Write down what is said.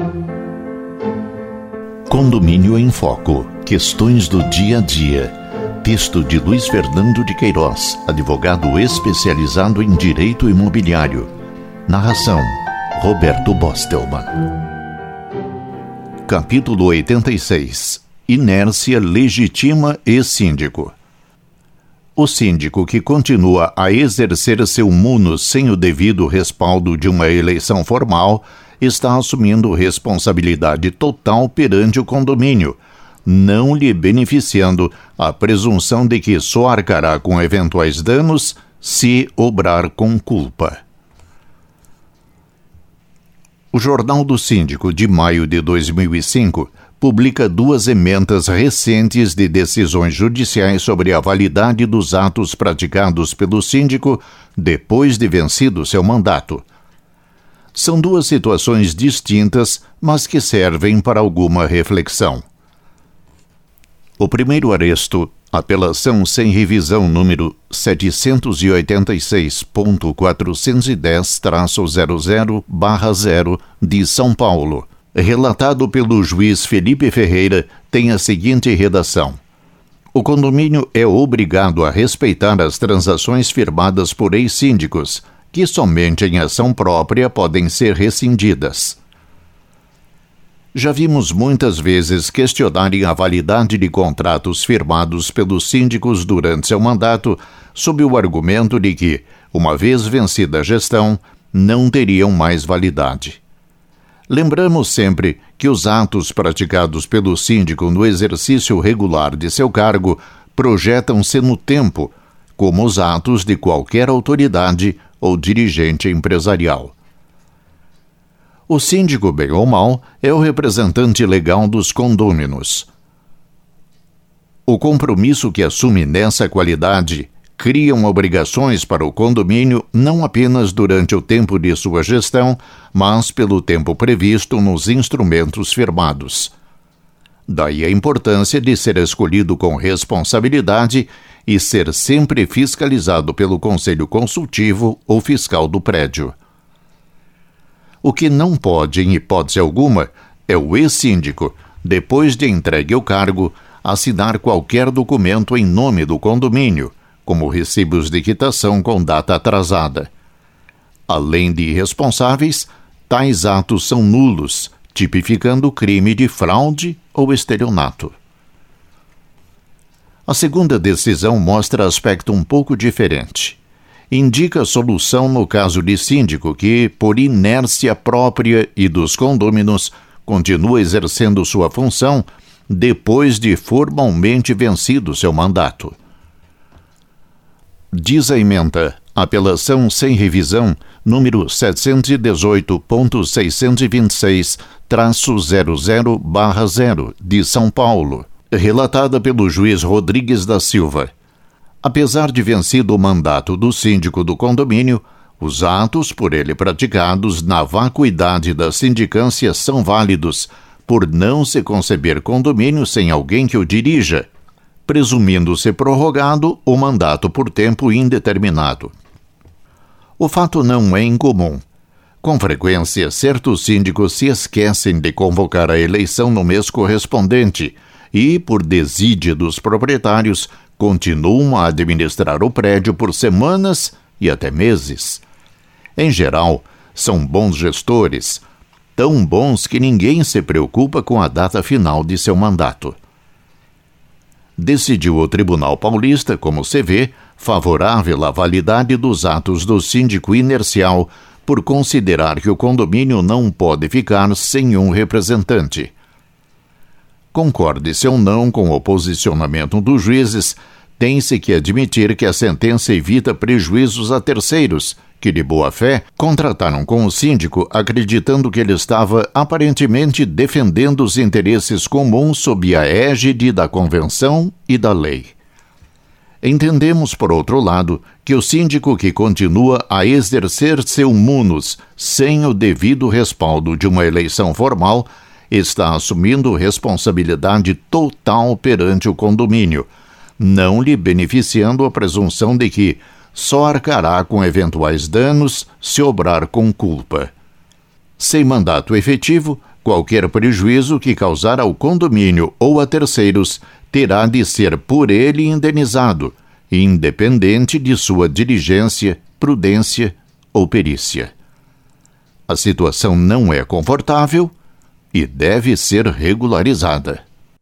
Condomínio em Foco. Questões do dia a dia. Texto de Luiz Fernando de Queiroz, advogado especializado em direito imobiliário. Narração: Roberto Bostelman. Capítulo 86. Inércia legitima e síndico. O síndico que continua a exercer seu munus sem o devido respaldo de uma eleição formal está assumindo responsabilidade total perante o condomínio, não lhe beneficiando a presunção de que só arcará com eventuais danos se obrar com culpa. O Jornal do Síndico, de maio de 2005, publica 2 emendas recentes de decisões judiciais sobre a validade dos atos praticados pelo síndico depois de vencido seu mandato. São 2 situações distintas, mas que servem para alguma reflexão. O primeiro aresto, apelação sem revisão número 786.410-00/0 de São Paulo, relatado pelo juiz Felipe Ferreira, tem a seguinte redação: o condomínio é obrigado a respeitar as transações firmadas por ex-síndicos, que somente em ação própria podem ser rescindidas. Já vimos muitas vezes questionarem a validade de contratos firmados pelos síndicos durante seu mandato, sob o argumento de que, uma vez vencida a gestão, não teriam mais validade. Lembramos sempre que os atos praticados pelo síndico no exercício regular de seu cargo projetam-se no tempo, como os atos de qualquer autoridade ou dirigente empresarial. O síndico, bem ou mal, é o representante legal dos condôminos. O compromisso que assume nessa qualidade cria obrigações para o condomínio não apenas durante o tempo de sua gestão, mas pelo tempo previsto nos instrumentos firmados. Daí a importância de ser escolhido com responsabilidade e ser sempre fiscalizado pelo Conselho Consultivo ou Fiscal do prédio. O que não pode, em hipótese alguma, é o ex-síndico, depois de entregue ao cargo, assinar qualquer documento em nome do condomínio, como recibos de quitação com data atrasada. Além de irresponsáveis, tais atos são nulos, tipificando o crime de fraude ou estelionato. A segunda decisão mostra aspecto um pouco diferente. Indica a solução no caso de síndico que, por inércia própria e dos condôminos, continua exercendo sua função depois de formalmente vencido seu mandato. Diz a ementa, apelação sem revisão, número 718.626-00/0 de São Paulo, relatada pelo juiz Rodrigues da Silva. Apesar de vencido o mandato do síndico do condomínio, os atos por ele praticados na vacuidade da sindicância são válidos, por não se conceber condomínio sem alguém que o dirija, presumindo-se prorrogado o mandato por tempo indeterminado. O fato não é incomum. Com frequência, certos síndicos se esquecem de convocar a eleição no mês correspondente e, por desídia dos proprietários, continuam a administrar o prédio por semanas e até meses. Em geral, são bons gestores, tão bons que ninguém se preocupa com a data final de seu mandato. Decidiu o Tribunal Paulista, como se vê, favorável à validade dos atos do síndico inercial, por considerar que o condomínio não pode ficar sem um representante. Concorde-se ou não com o posicionamento dos juízes, tem-se que admitir que a sentença evita prejuízos a terceiros, que de boa fé contrataram com o síndico acreditando que ele estava aparentemente defendendo os interesses comuns sob a égide da Convenção e da lei. Entendemos, por outro lado, que o síndico que continua a exercer seu munus sem o devido respaldo de uma eleição formal está assumindo responsabilidade total perante o condomínio, não lhe beneficiando a presunção de que só arcará com eventuais danos se obrar com culpa. Sem mandato efetivo, Qualquer prejuízo que causar ao condomínio ou a terceiros terá de ser por ele indenizado, independente de sua diligência, prudência ou perícia. A situação não é confortável e deve ser regularizada.